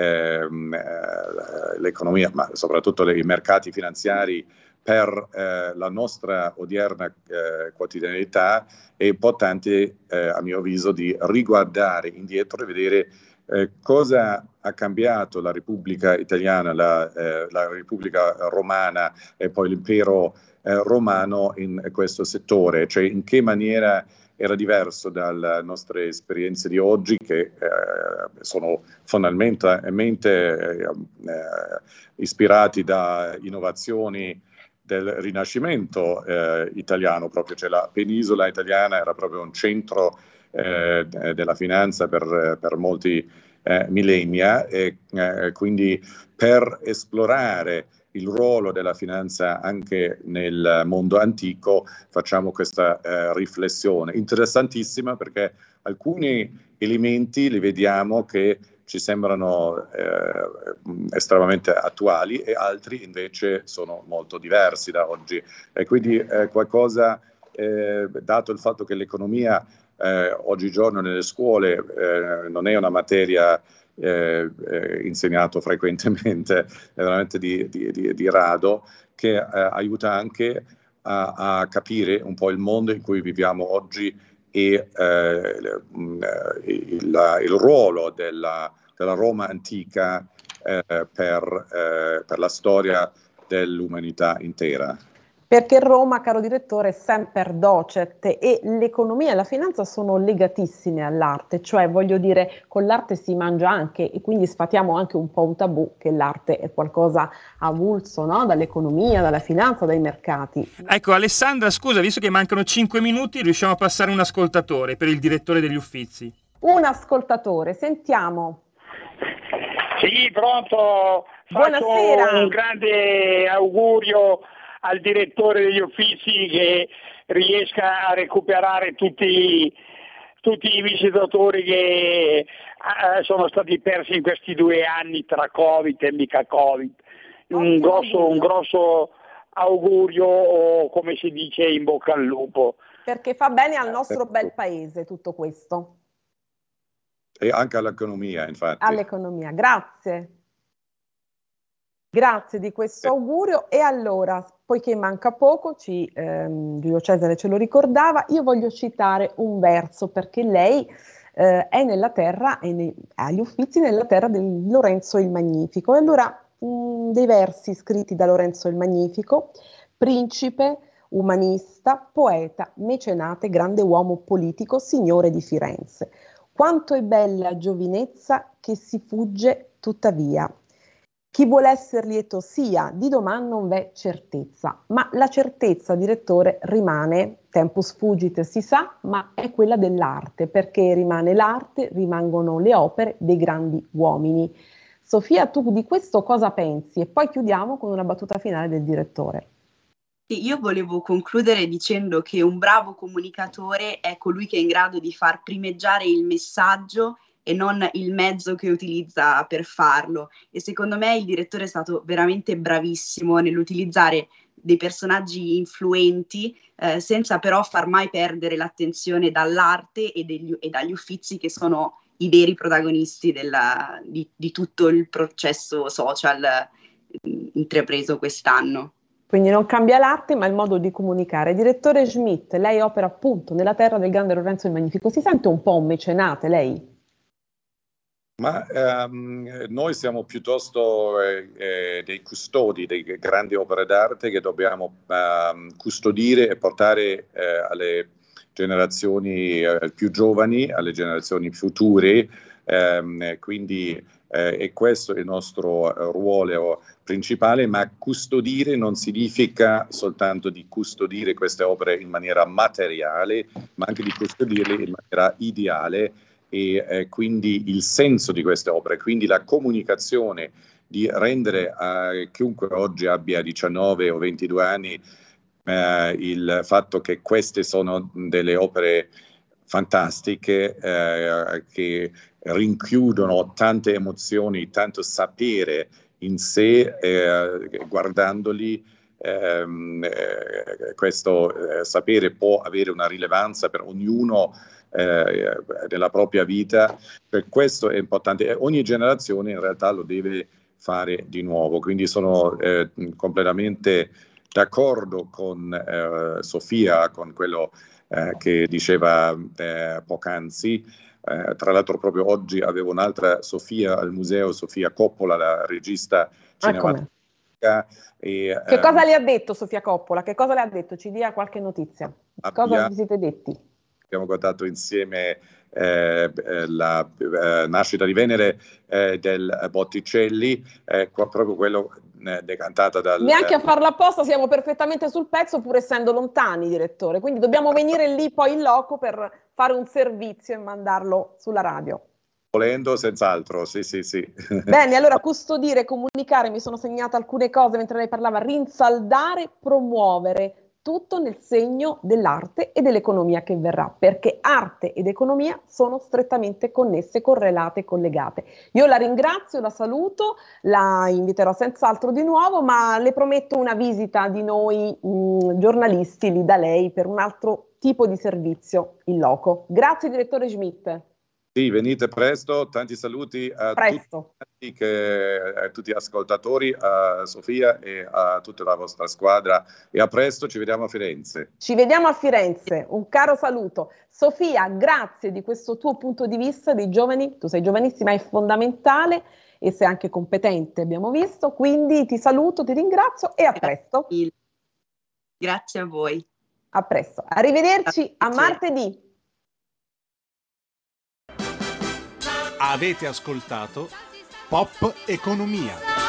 l'economia, ma soprattutto i mercati finanziari per la nostra odierna quotidianità, è importante a mio avviso di riguardare indietro e vedere cosa ha cambiato la Repubblica Italiana, la Repubblica Romana e poi l'impero romano in questo settore, cioè in che maniera era diverso dalle nostre esperienze di oggi, che sono fondamentalmente ispirati da innovazioni del Rinascimento italiano, proprio, cioè la penisola italiana era proprio un centro della finanza per molti millennia, e quindi per esplorare il ruolo della finanza anche nel mondo antico facciamo questa riflessione interessantissima, perché alcuni elementi li vediamo che ci sembrano estremamente attuali e altri invece sono molto diversi da oggi, e quindi qualcosa, dato il fatto che l'economia oggigiorno nelle scuole non è una materia insegnato frequentemente, è veramente di rado, che aiuta anche a capire un po' il mondo in cui viviamo oggi e il ruolo della Roma antica per la storia dell'umanità intera. Perché Roma, caro direttore, è semper docet, e l'economia e la finanza sono legatissime all'arte, cioè voglio dire, con l'arte si mangia anche, e quindi sfatiamo anche un po' un tabù che l'arte è qualcosa avulso, no? Dall'economia, dalla finanza, dai mercati. Ecco, Alessandra, scusa, visto che mancano 5 minuti, riusciamo a passare un ascoltatore per il direttore degli Uffizi? Un ascoltatore, sentiamo. Sì, pronto. Buonasera. Faccio un grande augurio al direttore degli Uffizi, che riesca a recuperare tutti i visitatori che sono stati persi in questi 2 anni tra Covid e mica Covid. Un grosso augurio, o come si dice, in bocca al lupo. Perché fa bene al nostro bel paese tutto questo. E anche all'economia, infatti. All'economia, grazie. Grazie di questo augurio. E allora, poiché manca poco, Giulio Cesare ce lo ricordava, io voglio citare un verso, perché lei è nella terra, agli Uffizi nella terra di Lorenzo il Magnifico. E allora dei versi scritti da Lorenzo il Magnifico: principe, umanista, poeta, mecenate, grande uomo politico, signore di Firenze. Quanto è bella giovinezza che si fugge tuttavia. Chi vuole essere lieto sia, di domani non v'è certezza, ma la certezza, direttore, rimane, tempus fugit si sa, ma è quella dell'arte, perché rimane l'arte, rimangono le opere dei grandi uomini. Sofia, tu di questo cosa pensi? E poi chiudiamo con una battuta finale del direttore. Sì, io volevo concludere dicendo che un bravo comunicatore è colui che è in grado di far primeggiare il messaggio e non il mezzo che utilizza per farlo. E secondo me il direttore è stato veramente bravissimo nell'utilizzare dei personaggi influenti senza però far mai perdere l'attenzione dall'arte e dagli Uffizi, che sono i veri protagonisti di tutto il processo social intrapreso quest'anno. Quindi non cambia l'arte, ma il modo di comunicare. Direttore Schmidt, lei opera appunto nella terra del grande Lorenzo il Magnifico. Si sente un po' un mecenate, lei? Ma noi siamo piuttosto dei custodi dei grandi opere d'arte che dobbiamo custodire e portare alle generazioni più giovani, alle generazioni future, quindi e questo è il nostro ruolo principale, ma custodire non significa soltanto di custodire queste opere in maniera materiale, ma anche di custodirle in maniera ideale, e quindi il senso di queste opere, quindi la comunicazione, di rendere a chiunque oggi abbia 19 o 22 anni il fatto che queste sono delle opere fantastiche che rinchiudono tante emozioni, tanto sapere in sé, guardandoli. Questo sapere può avere una rilevanza per ognuno della propria vita. Per questo è importante. Ogni generazione in realtà lo deve fare di nuovo, quindi sono completamente d'accordo con Sofia, con quello che diceva poc'anzi. Tra l'altro proprio oggi avevo un'altra Sofia al museo, Sofia Coppola, la regista cinematografica. Che cosa le ha detto Sofia Coppola? Che cosa le ha detto? Ci dia qualche notizia. Cosa vi siete detti? Abbiamo guardato insieme la nascita di Venere del Botticelli, proprio quello decantata dal... Neanche a farla apposta, siamo perfettamente sul pezzo, pur essendo lontani, direttore, quindi dobbiamo venire lì poi in loco per fare un servizio e mandarlo sulla radio. Volendo, senz'altro, sì. Bene, allora custodire, comunicare, mi sono segnata alcune cose mentre lei parlava, rinsaldare, promuovere, tutto nel segno dell'arte e dell'economia che verrà, perché arte ed economia sono strettamente connesse, correlate e collegate. Io la ringrazio, la saluto, la inviterò senz'altro di nuovo, ma le prometto una visita di noi giornalisti lì da lei per un altro tipo di servizio in loco. Grazie direttore Schmidt. Sì, venite presto, tanti saluti a tutti gli ascoltatori, a Sofia e a tutta la vostra squadra, e a presto, ci vediamo a Firenze. Ci vediamo a Firenze, un caro saluto. Sofia, grazie di questo tuo punto di vista dei giovani, tu sei giovanissima, è fondamentale e sei anche competente, abbiamo visto, quindi ti saluto, ti ringrazio e a presto. Grazie a voi. A presto, arrivederci a martedì. Avete ascoltato Pop Economia.